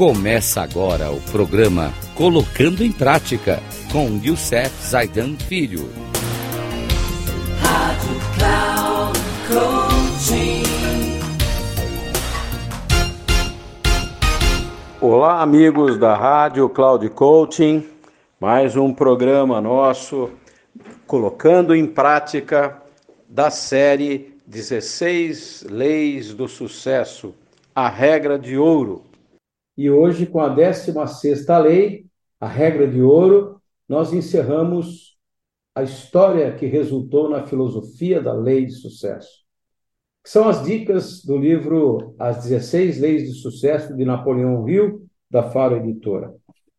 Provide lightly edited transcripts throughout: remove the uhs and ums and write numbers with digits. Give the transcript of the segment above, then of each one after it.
Começa agora o programa Colocando em Prática, com Youssef Zaidan Filho. Rádio Cloud Coaching. Olá, amigos da Rádio Cloud Coaching, mais um programa nosso colocando em prática da série 16 Leis do Sucesso, a Regra de Ouro. E hoje, com a 16ª lei, a Regra de Ouro, nós encerramos a história que resultou na filosofia da Lei de Sucesso, que são as dicas do livro As 16 Leis de Sucesso, de Napoleão Hill, da Faro Editora.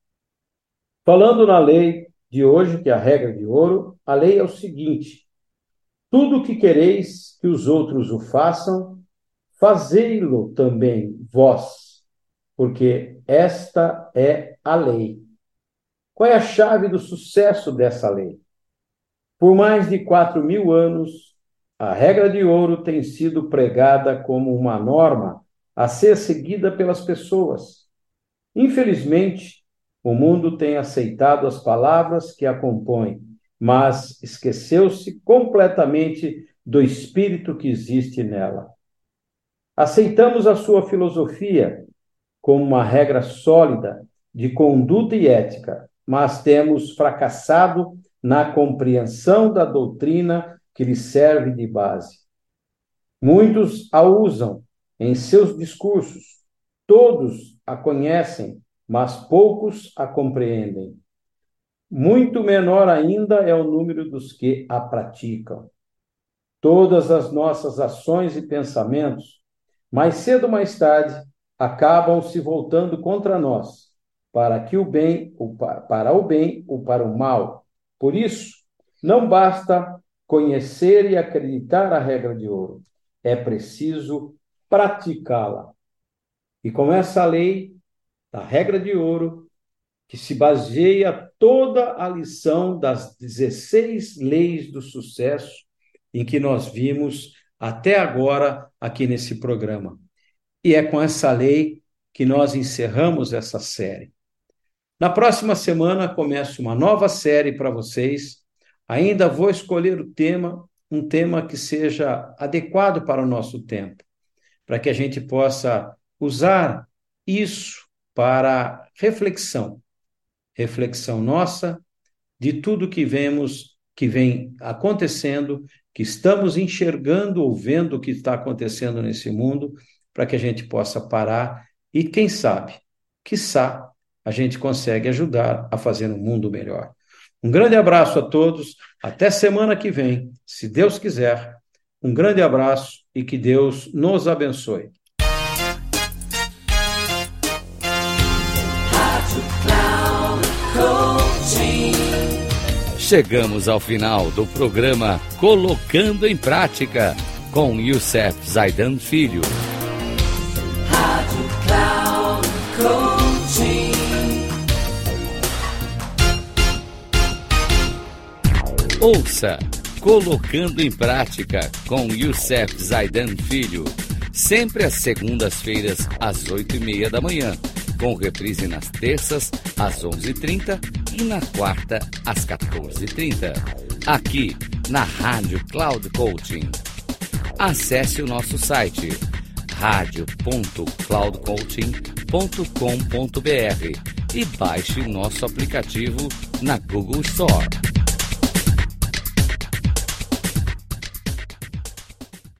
Falando na lei de hoje, que é a Regra de Ouro, a lei é o seguinte: tudo o que quereis que os outros o façam, fazei-lo também vós, porque esta é a lei. Qual é a chave do sucesso dessa lei? Por mais de 4.000 anos, a Regra de Ouro tem sido pregada como uma norma a ser seguida pelas pessoas. Infelizmente, o mundo tem aceitado as palavras que a compõem, mas esqueceu-se completamente do espírito que existe nela. Aceitamos a sua filosofia como uma regra sólida de conduta e ética, mas temos fracassado na compreensão da doutrina que lhe serve de base. Muitos a usam em seus discursos, todos a conhecem, mas poucos a compreendem. Muito menor ainda é o número dos que a praticam. Todas as nossas ações e pensamentos, mais cedo ou mais tarde, acabam se voltando contra nós, para o bem ou para o mal. Por isso, não basta conhecer e acreditar a Regra de Ouro, é preciso praticá-la. E com essa lei, a Regra de Ouro, que se baseia toda a lição das 16 leis do sucesso em que nós vimos até agora aqui nesse programa. E é com essa lei que nós encerramos essa série. Na próxima semana começo uma nova série para vocês. Ainda vou escolher um tema que seja adequado para o nosso tempo, para que a gente possa usar isso para reflexão nossa de tudo que vemos, que vem acontecendo, que estamos enxergando ou vendo o que está acontecendo nesse mundo, para que a gente possa parar e, quem sabe, quiçá, a gente consegue ajudar a fazer um mundo melhor. Um grande abraço a todos, até semana que vem, se Deus quiser. Um grande abraço e que Deus nos abençoe. Chegamos ao final do programa Colocando em Prática, com Youssef Zaidan Filho. Rádio Cloud Coaching. Ouça Colocando em Prática, com Youssef Zaidan Filho, sempre às segundas-feiras, às 8h30 da manhã, com reprise nas terças, às 11h30 e na quarta, às 14h30, aqui na Rádio Cloud Coaching. Acesse o nosso site radio.cloudcoaching.com.br e baixe o nosso aplicativo na Google Store.